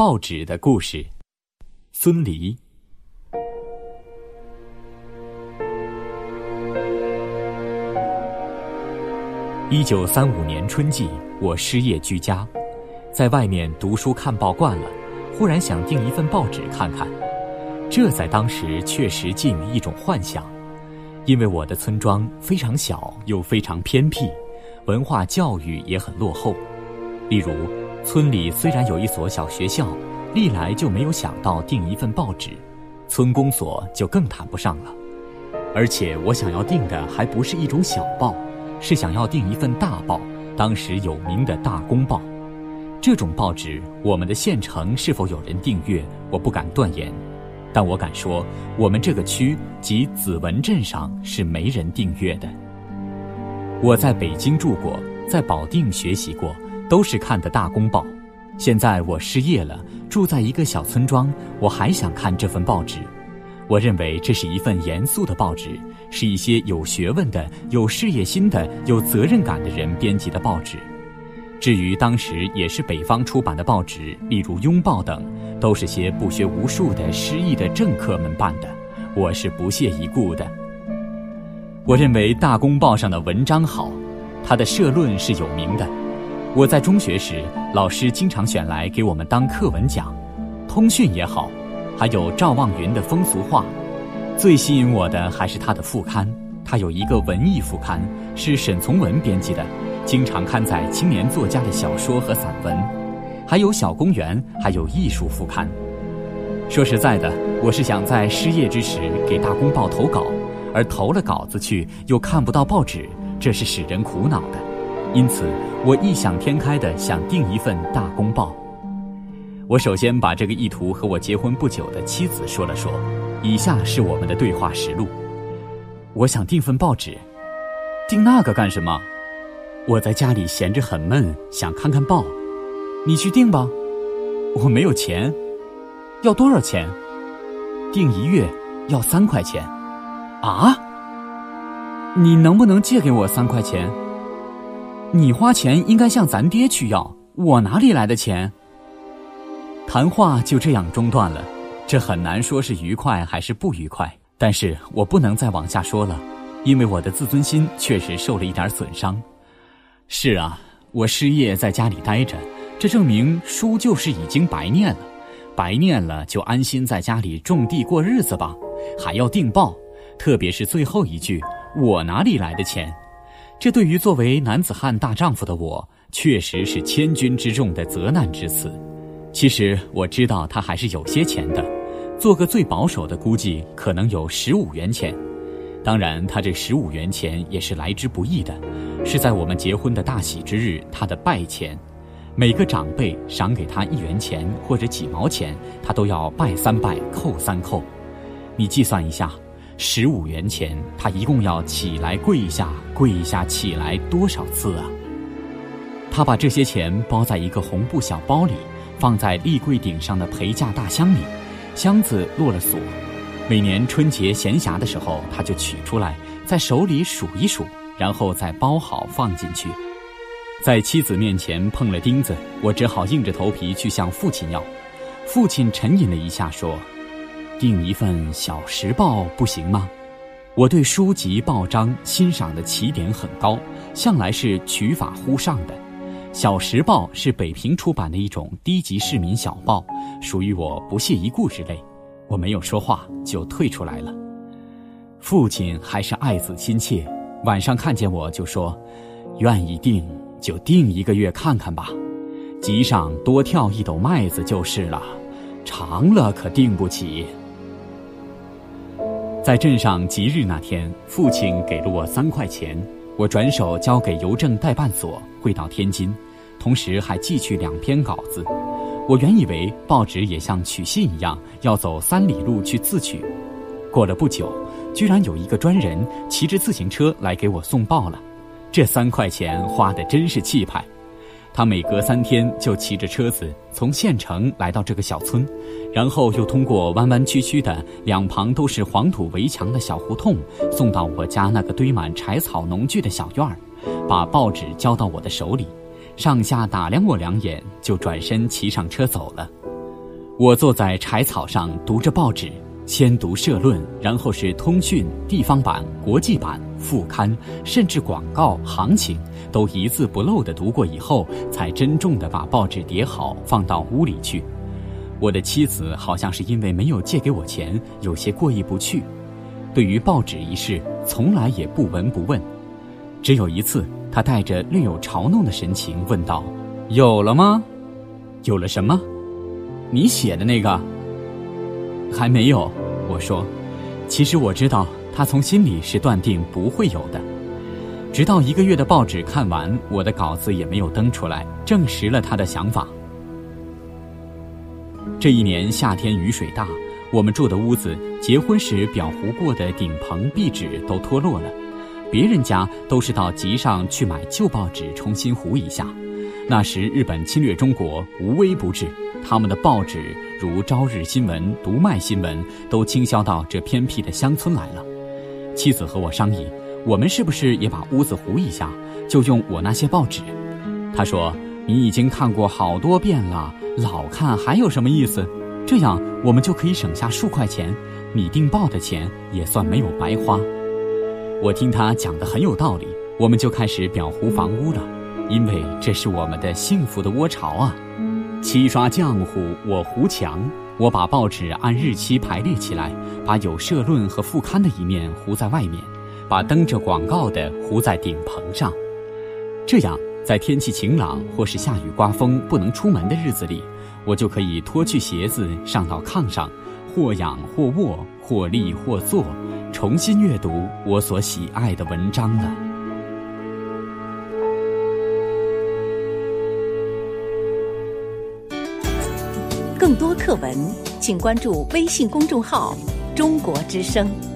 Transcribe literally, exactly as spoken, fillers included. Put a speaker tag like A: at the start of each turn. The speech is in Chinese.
A: 报纸的故事。孙犁。一九三五年春季，我失业居家，在外面读书看报惯了，忽然想订一份报纸看看。这在当时确实近于一种幻想，因为我的村庄非常小又非常偏僻，文化教育也很落后。例如，村里虽然有一所小学校，历来就没有想到订一份报纸，村公所就更谈不上了。而且我想要订的还不是一种小报，是想要订一份大报，当时有名的大公报。这种报纸，我们的县城是否有人订阅，我不敢断言，但我敢说，我们这个区及紫文镇上是没人订阅的。我在北京住过，在保定学习过，都是看的大公报。现在我失业了，住在一个小村庄，我还想看这份报纸。我认为这是一份严肃的报纸，是一些有学问的、有事业心的、有责任感的人编辑的报纸。至于当时也是北方出版的报纸，例如《拥抱》等，都是些不学无术的失意的政客们办的，我是不屑一顾的。我认为大公报上的文章好，它的社论是有名的。我在中学时，老师经常选来给我们当课文讲，通讯也好，还有赵望云的风俗话。最吸引我的还是他的副刊，他有一个文艺副刊，是沈从文编辑的，经常刊载青年作家的小说和散文，还有小公园，还有艺术副刊。说实在的，我是想在失业之时给大公报投稿，而投了稿子去又看不到报纸，这是使人苦恼的。因此我异想天开地想订一份大公报。我首先把这个意图和我结婚不久的妻子说了说，以下是我们的对话实录。我想订份报纸。订那个干什么？我在家里闲着很闷，想看看报。你去订吧。我没有钱。要多少钱？订一月要三块钱。啊？你能不能借给我三块钱？你花钱应该向咱爹去要，我哪里来的钱？谈话就这样中断了，这很难说是愉快还是不愉快，但是我不能再往下说了，因为我的自尊心确实受了一点损伤。是啊，我失业在家里待着，这证明书就是已经白念了，白念了就安心在家里种地过日子吧，还要订报，特别是最后一句，我哪里来的钱？这对于作为男子汉大丈夫的我，确实是千钧之重的责难之词。其实我知道他还是有些钱的，做个最保守的估计，可能有十五元钱。当然他这十五元钱也是来之不易的，是在我们结婚的大喜之日，他的拜钱。每个长辈赏给他一元钱或者几毛钱，他都要拜三拜叩三叩。你计算一下，十五元钱，他一共要起来跪下跪下起来多少次啊？他把这些钱包在一个红布小包里，放在立柜顶上的陪嫁大箱里，箱子落了锁。每年春节闲暇的时候，他就取出来，在手里数一数，然后再包好放进去。在妻子面前碰了钉子，我只好硬着头皮去向父亲要。父亲沉吟了一下说，订一份小时报不行吗？我对书籍报章欣赏的起点很高，向来是取法乎上的。小时报是北平出版的一种低级市民小报，属于我不屑一顾之类。我没有说话，就退出来了。父亲还是爱子心切，晚上看见我就说，愿意订就订一个月看看吧，集上多跳一斗麦子就是了，长了可订不起。在镇上吉日那天，父亲给了我三块钱，我转手交给邮政代办所汇到天津，同时还寄去两篇稿子。我原以为报纸也像取信一样，要走三里路去自取。过了不久，居然有一个专人骑着自行车来给我送报了。这三块钱花得真是气派。他每隔三天就骑着车子从县城来到这个小村，然后又通过弯弯曲曲的两旁都是黄土围墙的小胡同，送到我家那个堆满柴草农具的小院儿，把报纸交到我的手里，上下打量我两眼，就转身骑上车走了。 我坐在柴草上读着报纸，先读社论，然后是通讯、地方版、国际版、副刊，甚至广告、行情，都一字不漏地读过以后，才珍重地把报纸叠好放到屋里去。我的妻子好像是因为没有借给我钱，有些过意不去，对于报纸一事从来也不闻不问。只有一次，她带着略有嘲弄的神情问道：有了吗？有了什么？你写的那个？还没有，我说。其实我知道他从心里是断定不会有的。直到一个月的报纸看完，我的稿子也没有登出来，证实了他的想法。这一年夏天雨水大，我们住的屋子结婚时裱糊过的顶棚壁纸都脱落了，别人家都是到集上去买旧报纸重新糊一下。那时日本侵略中国，无微不至，他们的报纸如朝日新闻、读卖新闻都倾销到这偏僻的乡村来了。妻子和我商议，我们是不是也把屋子糊一下，就用我那些报纸。他说，你已经看过好多遍了，老看还有什么意思？这样我们就可以省下数块钱，你订报的钱也算没有白花。我听他讲得很有道理，我们就开始裱糊房屋了，因为这是我们的幸福的窝巢啊。漆刷浆糊，我糊墙，我把报纸按日期排列起来，把有社论和副刊的一面糊在外面，把登着广告的糊在顶棚上。这样在天气晴朗或是下雨刮风不能出门的日子里，我就可以脱去鞋子上到炕上，或仰或卧，或立或坐，重新阅读我所喜爱的文章了。
B: 更多课文请关注微信公众号中国之声。